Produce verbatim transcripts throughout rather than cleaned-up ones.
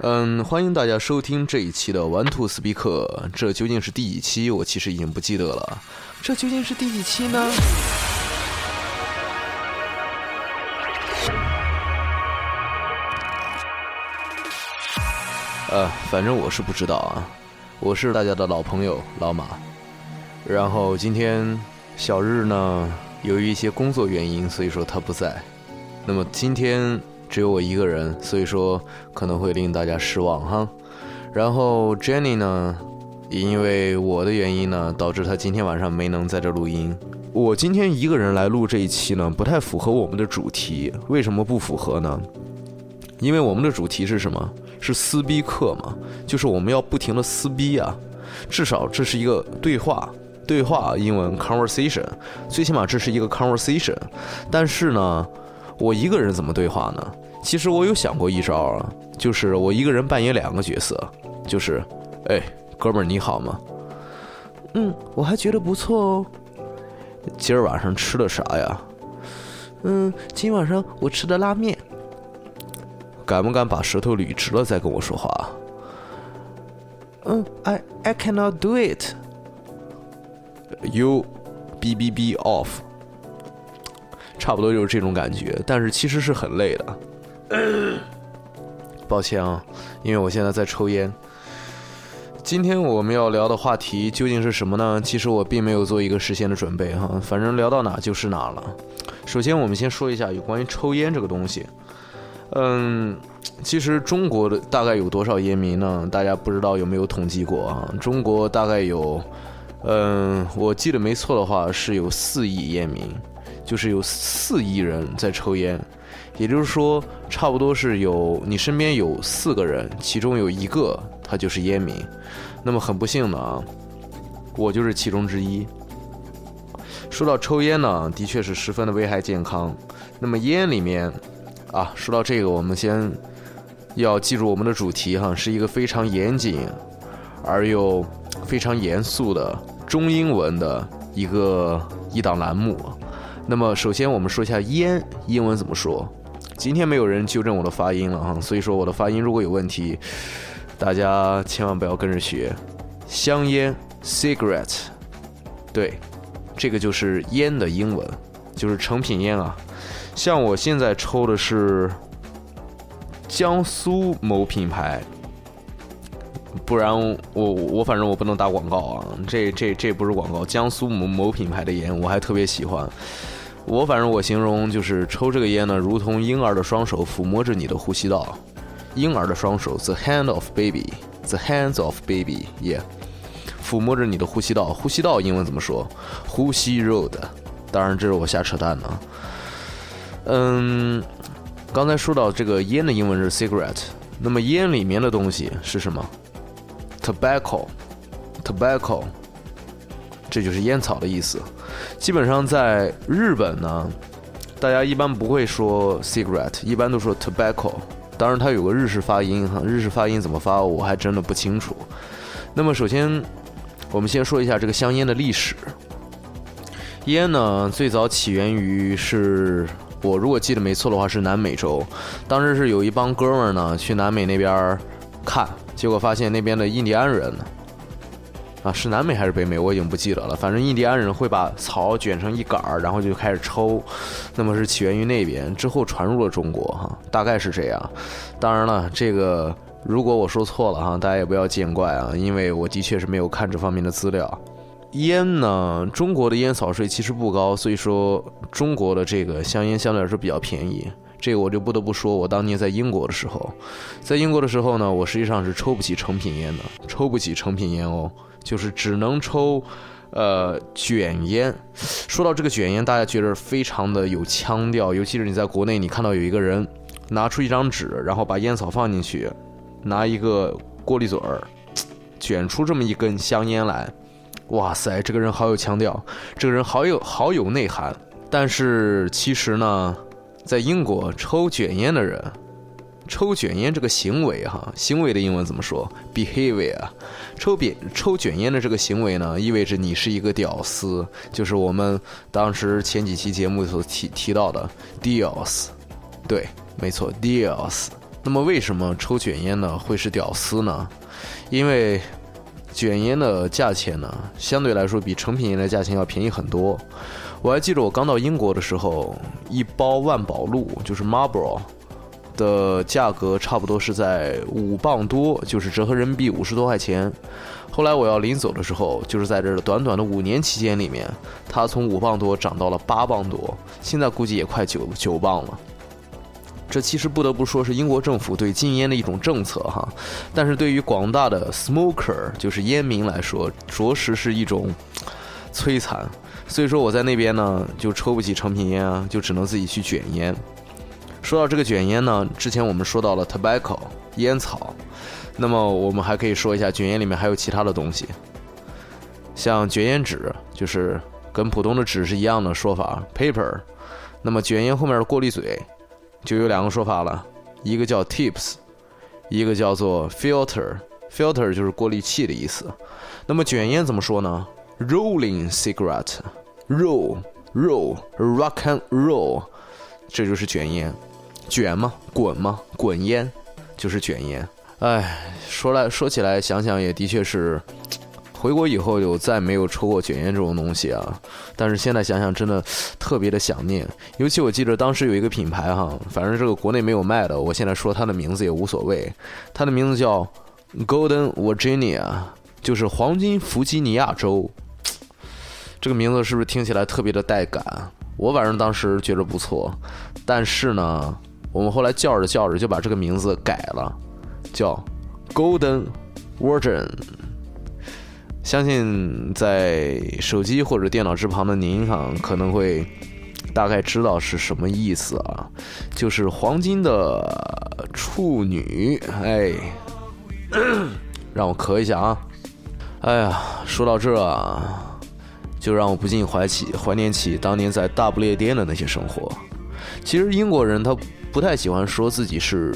嗯，欢迎大家收听这一期的 One to Speak， 这究竟是第几期？我其实已经不记得了。这究竟是第几期呢？呃，反正我是不知道啊。我是大家的老朋友老马。然后今天小日呢，由于一些工作原因，所以说他不在。那么今天只有我一个人，所以说可能会令大家失望哈。然后 Jenny 呢，也因为我的原因呢，导致她今天晚上没能在这录音。我今天一个人来录这一期呢，不太符合我们的主题。为什么不符合呢？因为我们的主题是什么？是撕逼课嘛，就是我们要不停的撕逼啊。至少这是一个对话，对话英文 conversation， 最起码这是一个 conversation。但是呢，我一个人怎么对话呢？其实我有想过一招啊，就是我一个人扮演两个角色，就是哎，哥们儿你好吗？嗯，我还觉得不错哦。今儿晚上吃的啥呀？嗯，今晚上我吃的拉面。敢不敢把舌头捋直了再跟我说话？嗯 I, I cannot do it. You B B B off. 差不多就是这种感觉，但是其实是很累的。抱歉啊，因为我现在在抽烟。今天我们要聊的话题究竟是什么呢？其实我并没有做一个事先的准备哈，反正聊到哪就是哪了。首先我们先说一下有关于抽烟这个东西。嗯，其实中国的大概有多少烟民呢？大家不知道有没有统计过啊？中国大概有，嗯，我记得没错的话是有四亿烟民，就是有四亿人在抽烟，也就是说，差不多是有你身边有四个人，其中有一个他就是烟民。那么很不幸的啊，我就是其中之一。说到抽烟呢，的确是十分的危害健康。那么烟里面。啊，说到这个，我们先要记住我们的主题哈，是一个非常严谨而又非常严肃的中英文的一个一档栏目。那么首先我们说一下烟英文怎么说。今天没有人纠正我的发音了哈，所以说我的发音如果有问题，大家千万不要跟着学。香烟 cigarette， 对，这个就是烟的英文，就是成品烟啊。像我现在抽的是江苏某品牌，不然我我反正我不能打广告啊，这这这不是广告，江苏某某品牌的烟我还特别喜欢。我反正我形容就是抽这个烟呢，如同婴儿的双手抚摸着你的呼吸道。婴儿的双手 ，the hand of baby， the hands of baby， yeah， 抚摸着你的呼吸道。呼吸道英文怎么说？呼吸 road， 当然这是我瞎扯淡呢。嗯，刚才说到这个烟的英文是 cigarette， 那么烟里面的东西是什么 ？tobacco， tobacco， 这就是烟草的意思。基本上在日本呢，大家一般不会说 cigarette， 一般都说 tobacco。当然它有个日式发音哈，日式发音怎么发我还真的不清楚。那么首先，我们先说一下这个香烟的历史。烟呢，最早起源于是。我如果记得没错的话是南美洲，当时是有一帮哥们儿呢去南美那边看，结果发现那边的印第安人啊，是南美还是北美我已经不记得了，反正印第安人会把草卷成一杆儿，然后就开始抽，那么是起源于那边，之后传入了中国哈，大概是这样。当然了，这个如果我说错了哈，大家也不要见怪啊，因为我的确是没有看这方面的资料。烟呢，中国的烟草税其实不高，所以说中国的这个香烟相对来说比较便宜。这个我就不得不说，我当年在英国的时候，在英国的时候呢，我实际上是抽不起成品烟的，抽不起成品烟哦，就是只能抽，呃，卷烟。说到这个卷烟，大家觉得非常的有腔调，尤其是你在国内，你看到有一个人拿出一张纸，然后把烟草放进去，拿一个过滤嘴儿，卷出这么一根香烟来。哇塞，这个人好有腔调，这个人好有好有内涵。但是其实呢，在英国抽卷烟的人，抽卷烟这个行为哈，行为的英文怎么说 ？behavior。抽扁抽卷烟的这个行为呢，意味着你是一个屌丝，就是我们当时前几期节目所提提到的 deals。对，没错 ，deals。 那么为什么抽卷烟呢会是屌丝呢？因为卷烟的价钱呢，相对来说比成品烟的价钱要便宜很多。我还记得我刚到英国的时候，一包万宝路就是 Marlboro 的价格差不多是在五磅多，就是折合人民币五十多块钱。后来我要临走的时候，就是在这短短的五年期间里面，它从五磅多涨到了八磅多，现在估计也快九九磅了。这其实不得不说是英国政府对禁烟的一种政策哈，但是对于广大的 smoker 就是烟民来说，着实是一种摧残。所以说我在那边呢就抽不起成品烟啊，就只能自己去卷烟。说到这个卷烟呢，之前我们说到了 tobacco 烟草，那么我们还可以说一下卷烟里面还有其他的东西，像卷烟纸，就是跟普通的纸是一样的说法 paper。 那么卷烟后面的过滤嘴就有两个说法了，一个叫 tips， 一个叫做 filter。 filter 就是过滤器的意思。那么卷烟怎么说呢？ rolling cigarette， roll roll rock and roll， 这就是卷烟。卷嘛，滚嘛，滚烟就是卷烟。哎，说来说起来想想也的确是，回国以后就再没有抽过卷烟这种东西啊，但是现在想想真的特别的想念。尤其我记得当时有一个品牌哈，反正这个国内没有卖的，我现在说它的名字也无所谓，它的名字叫 Golden Virginia， 就是黄金弗吉尼亚州。这个名字是不是听起来特别的带感？我反正当时觉得不错，但是呢我们后来叫着叫着就把这个名字改了，叫 Golden Virgin。相信在手机或者电脑之旁的您哈，可能会大概知道是什么意思啊，就是黄金的处女。哎，让我咳一下啊。哎呀，说到这啊，就让我不禁怀起怀念起当年在大不列颠的那些生活。其实英国人他不太喜欢说自己是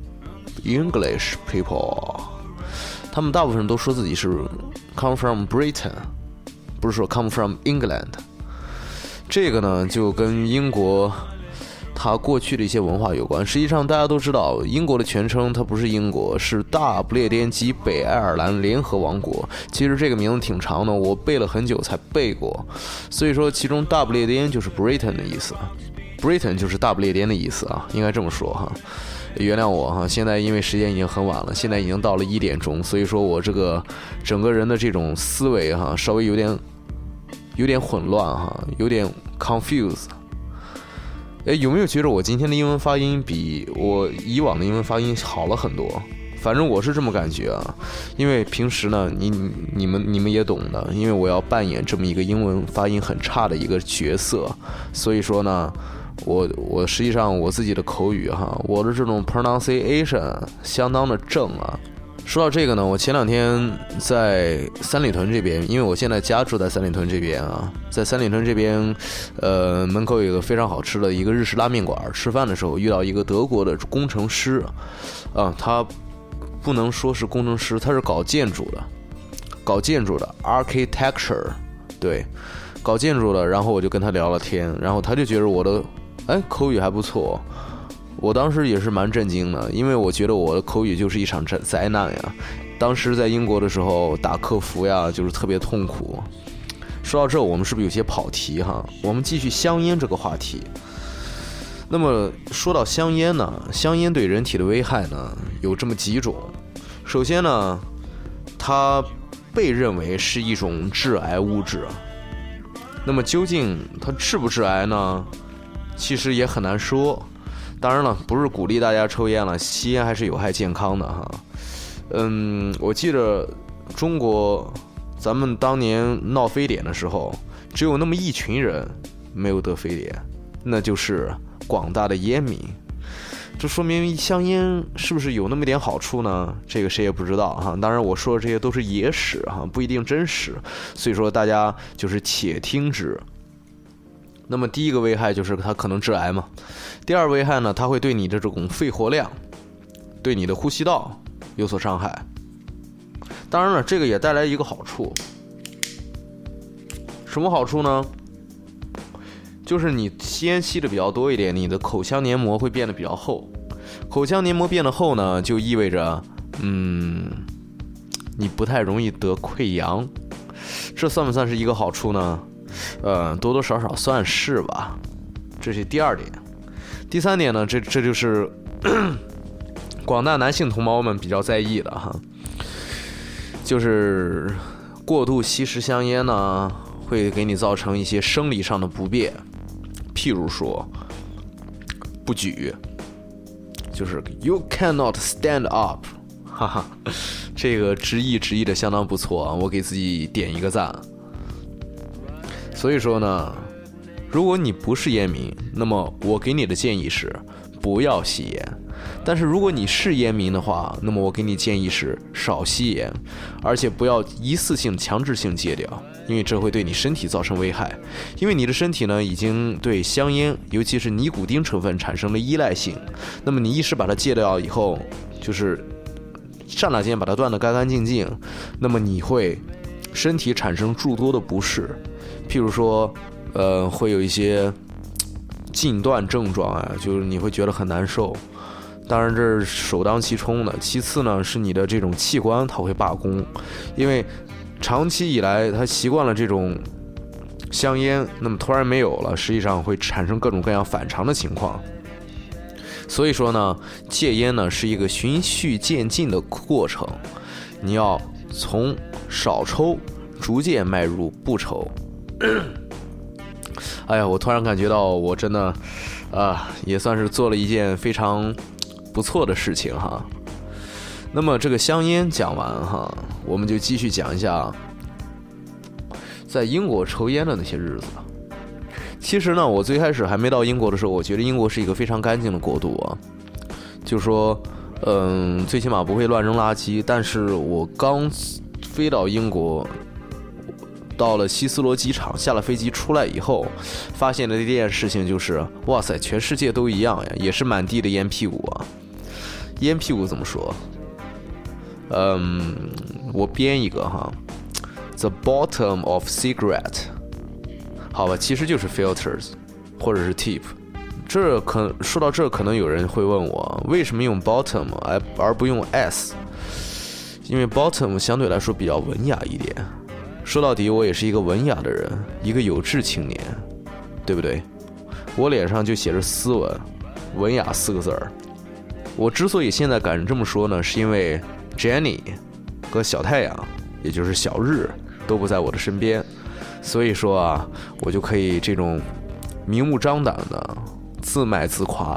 English people， 他们大部分人都说自己是 come from Britain， 不是说 come from England。 这个呢就跟英国它过去的一些文化有关。实际上大家都知道，英国的全称它不是英国，是大不列颠及北爱尔兰联合王国。其实这个名字挺长的，我背了很久才背过。所以说其中大不列颠就是 Britain 的意思， Britain 就是大不列颠的意思啊，应该这么说哈。原谅我哈，现在因为时间已经很晚了，现在已经到了一点钟，所以说我这个整个人的这种思维哈，稍微有点有点混乱哈，有点 confuse。哎，有没有觉得我今天的英文发音比我以往的英文发音好了很多？反正我是这么感觉啊，因为平时呢，你你们你们也懂的，因为我要扮演这么一个英文发音很差的一个角色，所以说呢。我我实际上我自己的口语哈，我的这种 pronunciation 相当的正啊。说到这个呢，我前两天在三里屯这边，因为我现在家住在三里屯这边啊，在三里屯这边，呃，门口有一个非常好吃的一个日式拉面馆，吃饭的时候遇到一个德国的工程师，啊，他不能说是工程师，他是搞建筑的，搞建筑的 architecture， 对，搞建筑的。然后我就跟他聊了天，然后他就觉得我的哎，口语还不错，我当时也是蛮震惊的，因为我觉得我的口语就是一场灾难呀。当时在英国的时候打客服呀，就是特别痛苦。说到这，我们是不是有些跑题哈？我们继续香烟这个话题。那么说到香烟呢，香烟对人体的危害呢有这么几种。首先呢，它被认为是一种致癌物质。那么究竟它致不致癌呢？其实也很难说，当然了，不是鼓励大家抽烟了，吸烟还是有害健康的哈。嗯，我记得中国咱们当年闹非典的时候，只有那么一群人没有得非典，那就是广大的烟民。这说明香烟是不是有那么点好处呢？这个谁也不知道哈。当然我说的这些都是野史哈，不一定真实，所以说大家就是且听之。那么第一个危害就是它可能致癌嘛，第二危害呢，它会对你的这种肺活量，对你的呼吸道有所伤害。当然了，这个也带来一个好处，什么好处呢？就是你吸烟吸的比较多一点，你的口腔黏膜会变得比较厚， 口腔黏膜变得厚呢，就意味着，嗯，你不太容易得溃疡。这算不算是一个好处呢？呃，多多少少算是吧。这是第二点。第三点呢，这这就是广大男性同胞们比较在意的哈，就是过度吸食香烟呢，会给你造成一些生理上的不便，譬如说不举，就是 you cannot stand up， 哈哈，这个直译直译的相当不错啊，我给自己点一个赞。所以说呢，如果你不是烟民，那么我给你的建议是不要吸烟。但是如果你是烟民的话，那么我给你建议是少吸烟，而且不要一次性强制性戒掉，因为这会对你身体造成危害。因为你的身体呢已经对香烟，尤其是尼古丁成分产生了依赖性，那么你一时把它戒掉以后，就是刹那间把它断得干干净净，那么你会身体产生诸多的不适，譬如说呃，会有一些禁断症状啊，就是你会觉得很难受。当然这是首当其冲的，其次呢是你的这种器官它会罢工，因为长期以来他习惯了这种香烟，那么突然没有了，实际上会产生各种各样反常的情况。所以说呢，戒烟呢是一个循序渐进的过程，你要从少抽逐渐迈入不抽。哎呀，我突然感觉到我真的啊、呃，也算是做了一件非常不错的事情哈。那么这个香烟讲完哈，我们就继续讲一下在英国抽烟的那些日子。其实呢，我最开始还没到英国的时候，我觉得英国是一个非常干净的国度啊，就是说嗯，最起码不会乱扔垃圾。但是我刚飞到英国，到了希斯罗机场，下了飞机出来以后，发现的第一件事情就是，哇塞，全世界都一样呀，也是满地的烟屁股啊。烟屁股怎么说？嗯，我编一个哈 ，the bottom of cigarette， 好吧，其实就是 filters 或者是 tip。这可说到这，可能有人会问我，为什么用 bottom 而而不用 s？ 因为 bottom 相对来说比较文雅一点。说到底，我也是一个文雅的人，一个有志青年，对不对？我脸上就写着斯文、文雅四个字儿。我之所以现在敢这么说呢，是因为 Jenny 和小太阳，也就是小日，都不在我的身边，所以说啊，我就可以这种明目张胆的自卖自夸。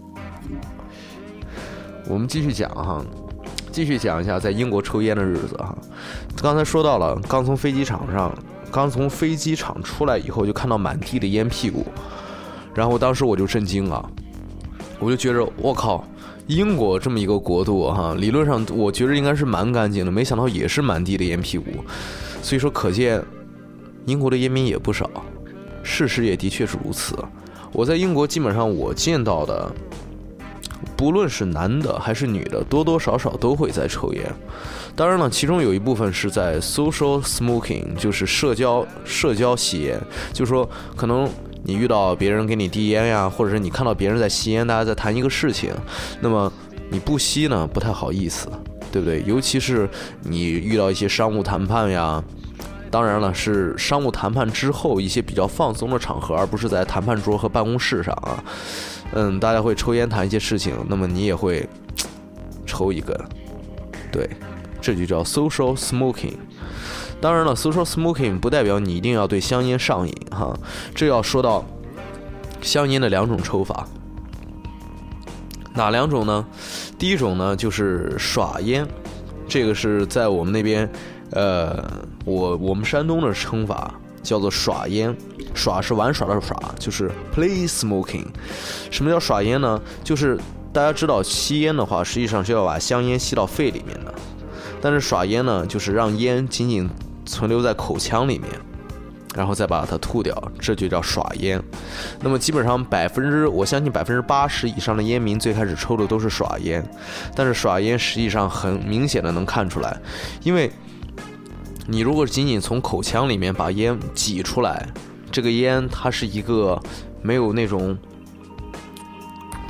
我们继续讲哈。继续讲一下在英国抽烟的日子哈。刚才说到了，刚从飞机场上，刚从飞机场出来以后，就看到满地的烟屁股，然后当时我就震惊了，我就觉着我靠，英国这么一个国度哈，理论上我觉得应该是蛮干净的，没想到也是满地的烟屁股，所以说可见英国的烟民也不少，事实也的确是如此。我在英国基本上我见到的，不论是男的还是女的，多多少少都会在抽烟。当然了，其中有一部分是在 social smoking， 就是社交社交吸烟，就是说可能你遇到别人给你递烟呀，或者是你看到别人在吸烟，大家在谈一个事情，那么你不吸呢，不太好意思，对不对？尤其是你遇到一些商务谈判呀，当然了，是商务谈判之后一些比较放松的场合，而不是在谈判桌和办公室上啊。嗯，大家会抽烟谈一些事情，那么你也会抽一根，对，这就叫 social smoking。当然了 social smoking 不代表你一定要对香烟上瘾哈，这要说到香烟的两种抽法。哪两种呢？第一种呢就是耍烟，这个是在我们那边呃我我们山东的称法叫做耍烟，耍是玩耍的耍，就是 play smoking。 什么叫耍烟呢？就是大家知道吸烟的话实际上是要把香烟吸到肺里面的，但是耍烟呢就是让烟仅仅存留在口腔里面，然后再把它吐掉，这就叫耍烟。那么基本上百分之我相信百分之八十以上的烟民最开始抽的都是耍烟，但是耍烟实际上很明显的能看出来，因为你如果仅仅从口腔里面把烟挤出来，这个烟它是一个没有那种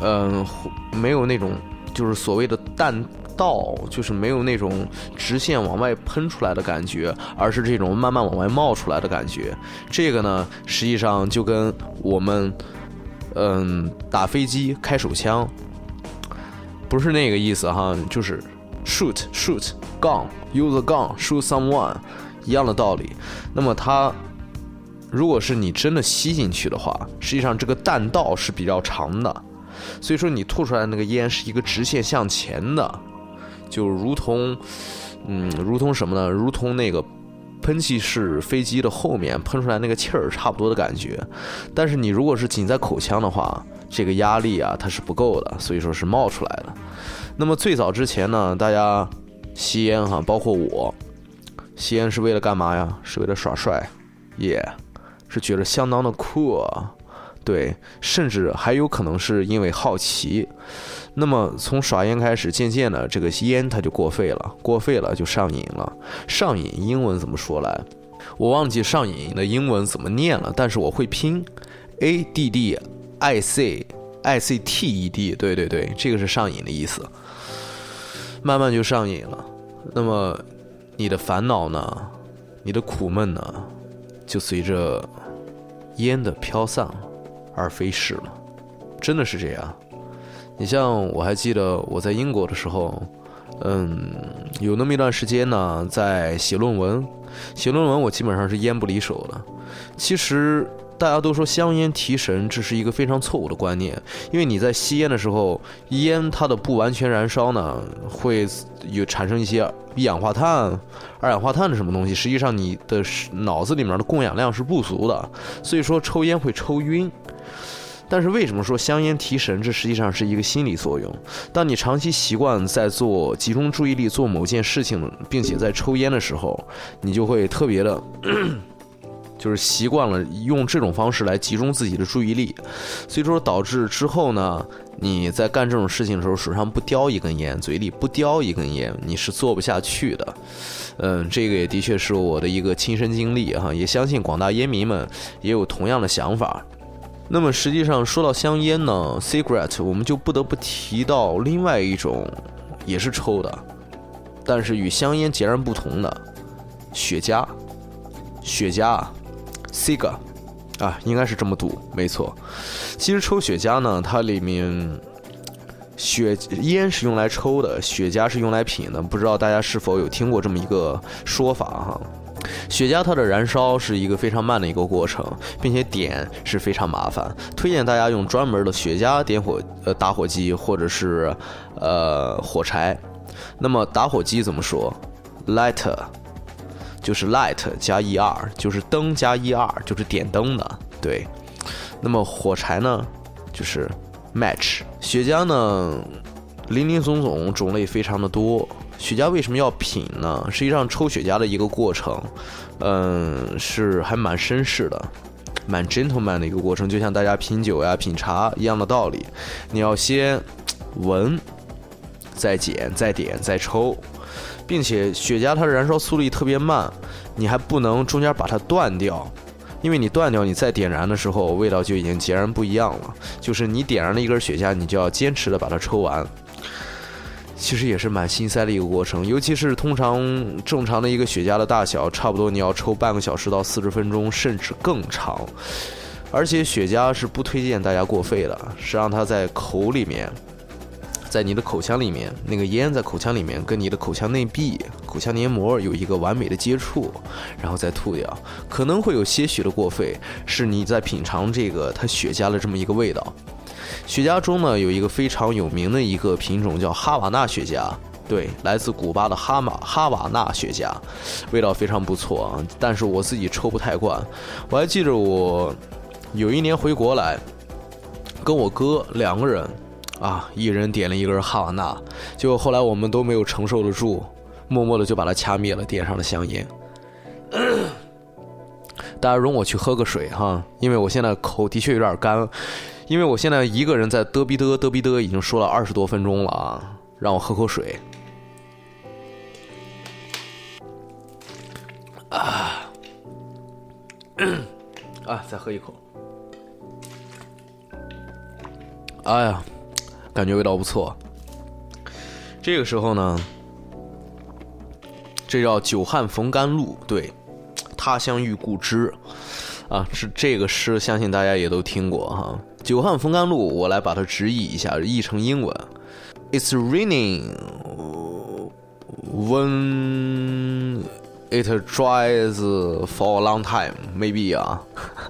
嗯、呃，没有那种就是所谓的弹道，就是没有那种直线往外喷出来的感觉，而是这种慢慢往外冒出来的感觉。这个呢，实际上就跟我们嗯打飞机开手枪不是那个意思哈，就是 shoot shoot gun use a gun shoot someone 一样的道理。那么它如果是你真的吸进去的话，实际上这个弹道是比较长的，所以说你吐出来的那个烟是一个直线向前的，就如同嗯如同什么呢，如同那个喷气式飞机的后面喷出来那个气儿差不多的感觉。但是你如果是仅在口腔的话，这个压力啊它是不够的，所以说是冒出来的。那么最早之前呢，大家吸烟哈，包括我吸烟是为了干嘛呀？是为了耍帅，耶、yeah, 是觉得相当的酷啊。对，甚至还有可能是因为好奇。那么从耍烟开始，渐渐的这个烟它就过肺了，过肺了就上瘾了。上瘾英文怎么说来？我忘记上瘾的英文怎么念了，但是我会拼 A D D I C I C T E D， 对对对，这个是上瘾的意思。慢慢就上瘾了，那么你的烦恼呢，你的苦闷呢，就随着烟的飘散而飞逝了，真的是这样。你像我还记得我在英国的时候，嗯，有那么一段时间呢，在写论文，写论文我基本上是烟不离手的。其实大家都说香烟提神，这是一个非常错误的观念，因为你在吸烟的时候，烟它的不完全燃烧呢，会有产生一些一氧化碳、二氧化碳的什么东西，实际上你的脑子里面的供氧量是不足的，所以说抽烟会抽晕。但是为什么说香烟提神？这实际上是一个心理作用。当你长期习惯在做集中注意力做某件事情，并且在抽烟的时候，你就会特别的就是习惯了用这种方式来集中自己的注意力，所以说导致之后呢，你在干这种事情的时候，手上不叼一根烟，嘴里不叼一根烟，你是做不下去的。嗯，这个也的确是我的一个亲身经历哈，也相信广大烟民们也有同样的想法。那么实际上说到香烟呢 cigarette， 我们就不得不提到另外一种也是抽的，但是与香烟截然不同的雪茄。雪茄 cigar 啊，应该是这么读，没错。其实抽雪茄呢，它里面雪烟是用来抽的，雪茄是用来品的，不知道大家是否有听过这么一个说法哈。雪茄它的燃烧是一个非常慢的一个过程，并且点是非常麻烦，推荐大家用专门的雪茄点火呃打火机或者是呃火柴。那么打火机怎么说 ？lighter 就是 light 加 er， 就是灯加 er， 就是点灯的。对，那么火柴呢，就是 match。雪茄呢，林林总总种类非常的多。雪茄为什么要品呢？实际上抽雪茄的一个过程，嗯，是还蛮绅士的，蛮 gentleman 的一个过程，就像大家品酒呀、品茶一样的道理。你要先闻，再捡，再点，再抽，并且雪茄它的燃烧速率特别慢，你还不能中间把它断掉，因为你断掉，你再点燃的时候，味道就已经截然不一样了。就是你点燃了一根雪茄，你就要坚持的把它抽完。其实也是蛮心塞的一个过程，尤其是通常正常的一个雪茄的大小，差不多你要抽半个小时到四十分钟，甚至更长。而且雪茄是不推荐大家过肺的，是让它在口里面，在你的口腔里面，那个烟在口腔里面跟你的口腔内壁、口腔黏膜有一个完美的接触，然后再吐掉，可能会有些许的过肺，是你在品尝这个它雪茄的这么一个味道。雪茄中呢有一个非常有名的一个品种叫哈瓦那雪茄，对，来自古巴的哈马哈瓦那雪茄，味道非常不错啊，但是我自己抽不太惯。我还记得我有一年回国来，跟我哥两个人啊，一人点了一根哈瓦那，结果后来我们都没有承受得住，默默的就把它掐灭了，点上了香烟。大家容我去喝个水哈，因为我现在口的确有点干。因为我现在一个人在嘚逼嘚嘚逼嘚已经说了二十多分钟了啊，让我喝口水。啊，啊，再喝一口。哎呀， 感觉味道不错。这个时候呢，这叫久旱逢甘露，对，他乡遇故知啊，是这个诗，相信大家也都听过哈。久旱逢甘露，我来把它直译一下，译成英文 ：It's raining when it dries for a long time, maybe 啊。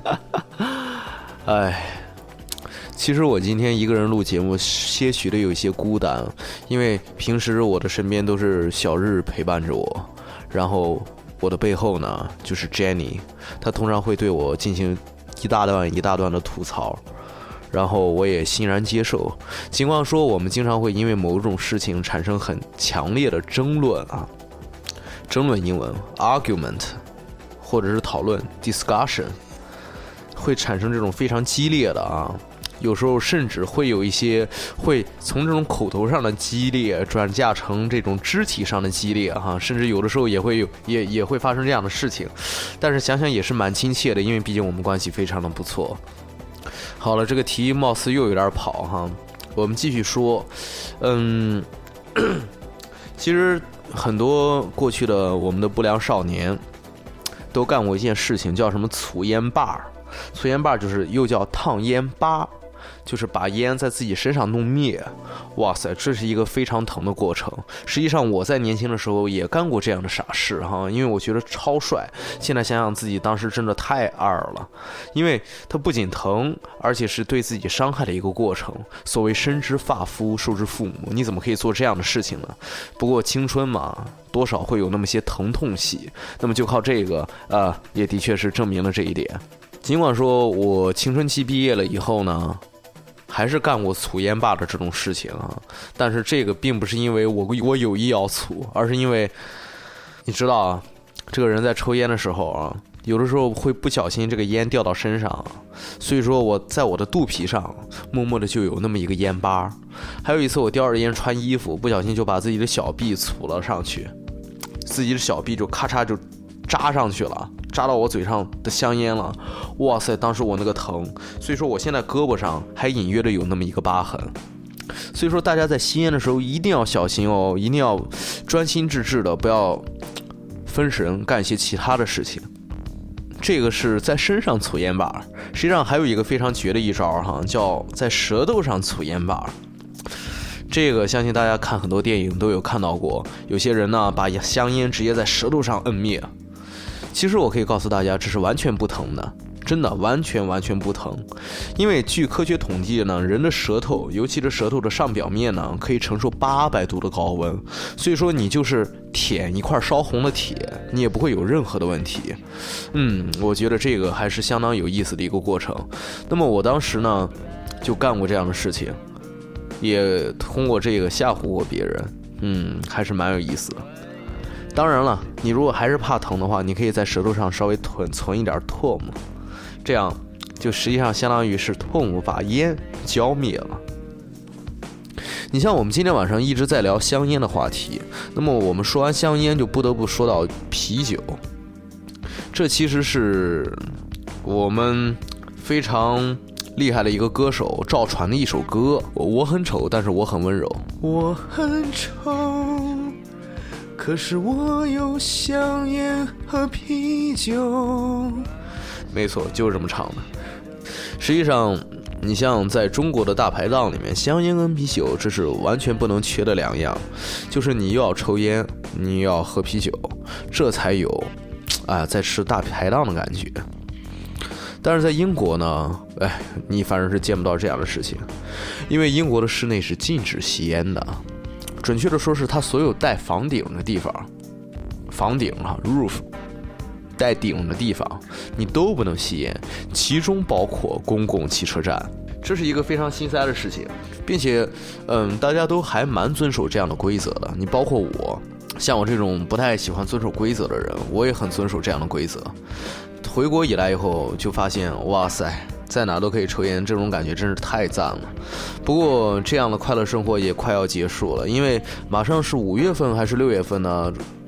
哎，其实我今天一个人录节目，些许的有一些孤单，因为平时我的身边都是小日陪伴着我，然后我的背后呢就是 Jenny， 她通常会对我进行一大段一大段的吐槽，然后我也欣然接受。尽管说我们经常会因为某种事情产生很强烈的争论啊，争论英文 argument， 或者是讨论 discussion， 会产生这种非常激烈的啊。有时候甚至会有一些会从这种口头上的激烈转嫁成这种肢体上的激烈哈，甚至有的时候也会有也也会发生这样的事情，但是想想也是蛮亲切的，因为毕竟我们关系非常的不错。好了，这个题貌似又有点跑哈，我们继续说。嗯，其实很多过去的我们的不良少年都干过一件事情，叫什么醋烟把。醋烟把就是又叫烫烟疤，就是把烟在自己身上弄灭。哇塞，这是一个非常疼的过程。实际上我在年轻的时候也干过这样的傻事哈，因为我觉得超帅。现在想想自己当时真的太二了，因为它不仅疼，而且是对自己伤害的一个过程。所谓身之发肤受之父母，你怎么可以做这样的事情呢？不过青春嘛，多少会有那么些疼痛戏，那么就靠这个呃，也的确是证明了这一点。尽管说我青春期毕业了以后呢，还是干过醋烟霸的这种事情啊，但是这个并不是因为我我有意要醋，而是因为你知道啊，这个人在抽烟的时候啊，有的时候会不小心这个烟掉到身上，所以说我在我的肚皮上默默的就有那么一个烟疤。还有一次我叼着烟穿衣服，不小心就把自己的小臂杵了上去，自己的小臂就咔嚓就扎上去了，扎到我嘴上的香烟了。哇塞，当时我那个疼，所以说我现在胳膊上还隐约的有那么一个疤痕。所以说大家在吸烟的时候一定要小心哦，一定要专心致志的，不要分神干一些其他的事情。这个是在身上醋烟把，实际上还有一个非常绝的一招哈，叫在舌头上醋烟把。这个相信大家看很多电影都有看到过，有些人呢把香烟直接在舌头上摁灭。其实我可以告诉大家，这是完全不疼的，真的完全完全不疼。因为据科学统计呢，人的舌头，尤其是舌头的上表面呢，可以承受八百度的高温，所以说你就是舔一块烧红的铁，你也不会有任何的问题。嗯，我觉得这个还是相当有意思的一个过程。那么我当时呢就干过这样的事情，也通过这个吓唬过别人，嗯，还是蛮有意思的。当然了，你如果还是怕疼的话，你可以在舌头上稍微囤存一点唾沫，这样就实际上相当于是唾沫把烟浇灭了。你像我们今天晚上一直在聊香烟的话题，那么我们说完香烟就不得不说到啤酒。这其实是我们非常厉害的一个歌手赵传的一首歌，我很丑但是我很温柔。我很丑，可是我有香烟和啤酒。没错，就是这么唱的。实际上你像在中国的大排档里面，香烟跟啤酒这是完全不能缺的两样，就是你又要抽烟你又要喝啤酒，这才有啊在吃大排档的感觉。但是在英国呢，哎，你反正是见不到这样的事情，因为英国的室内是禁止吸烟的，准确的说是它所有带房顶的地方，房顶啊 roof 带顶的地方你都不能吸烟，其中包括公共汽车站。这是一个非常心塞的事情，并且嗯，大家都还蛮遵守这样的规则的。你包括我，像我这种不太喜欢遵守规则的人，我也很遵守这样的规则。回国以来以后就发现，哇塞，在哪都可以抽烟，这种感觉真是太赞了。不过这样的快乐生活也快要结束了，因为马上是五月份还是六月份呢，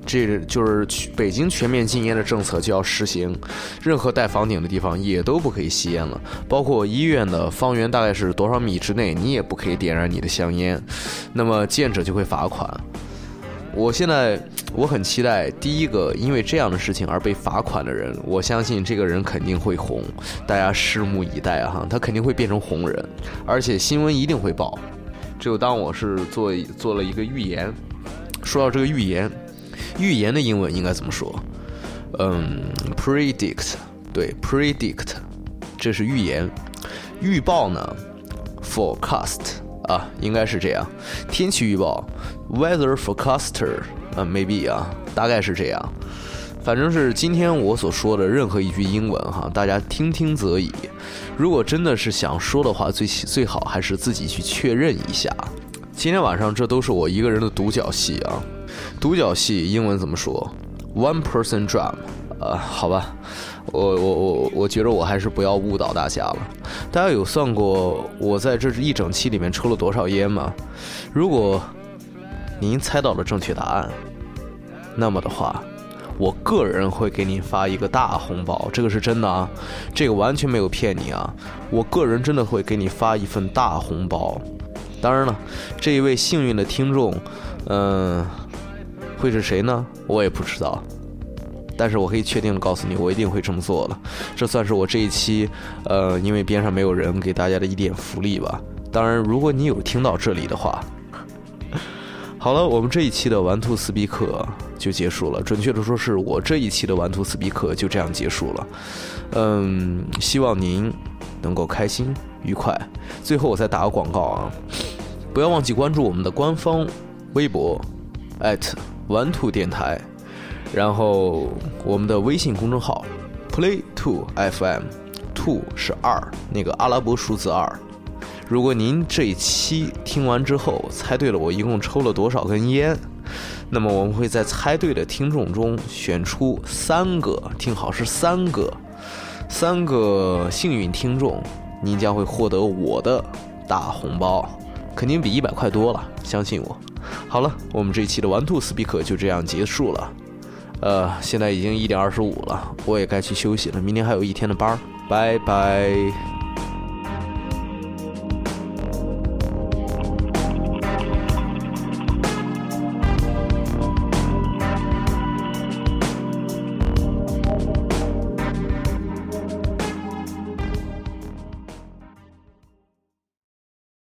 这就是北京全面禁烟的政策就要实行，任何带房顶的地方也都不可以吸烟了，包括医院的方圆大概是多少米之内，你也不可以点燃你的香烟，那么见者就会罚款。我现在我很期待第一个因为这样的事情而被罚款的人，我相信这个人肯定会红，大家拭目以待啊！他肯定会变成红人，而且新闻一定会报。只有当我是做做了一个预言，说到这个预言。预言的英文应该怎么说？嗯 ，predict， 对 ，predict， 这是预言。预报呢 ，forecast 啊，应该是这样。天气预报 ，weather forecaster 啊 ，maybe 啊，大概是这样。反正是今天我所说的任何一句英文哈，大家听听则已。如果真的是想说的话，最最好还是自己去确认一下。今天晚上这都是我一个人的独角戏啊。独角戏英文怎么说 ？One person drum， 呃，好吧，我我我我觉得我还是不要误导大家了。大家有算过我在这一整期里面抽了多少烟吗？如果您猜到了正确答案，那么的话，我个人会给你发一个大红包，这个是真的啊，这个完全没有骗你啊，我个人真的会给你发一份大红包。当然了，这一位幸运的听众，嗯、呃。会是谁呢？我也不知道，但是我可以确定的告诉你，我一定会这么做了。这算是我这一期，呃，因为边上没有人给大家的一点福利吧。当然，如果你有听到这里的话，好了，我们这一期的玩兔斯比克就结束了。准确的说，是我这一期的玩兔斯比克就这样结束了。嗯，希望您能够开心愉快。最后我再打个广告啊，不要忘记关注我们的官方微博 at玩兔电台，然后我们的微信公众号 play two F M， two 是二，那个阿拉伯数字二。如果您这一期听完之后猜对了我一共抽了多少根烟，那么我们会在猜对的听众中选出三个，听好是三个三个幸运听众，您将会获得我的大红包，肯定比一百块多了，相信我。好了，我们这一期的玩兔斯比克就这样结束了。呃，现在已经一点二十五了，我也该去休息了，明天还有一天的班，拜拜。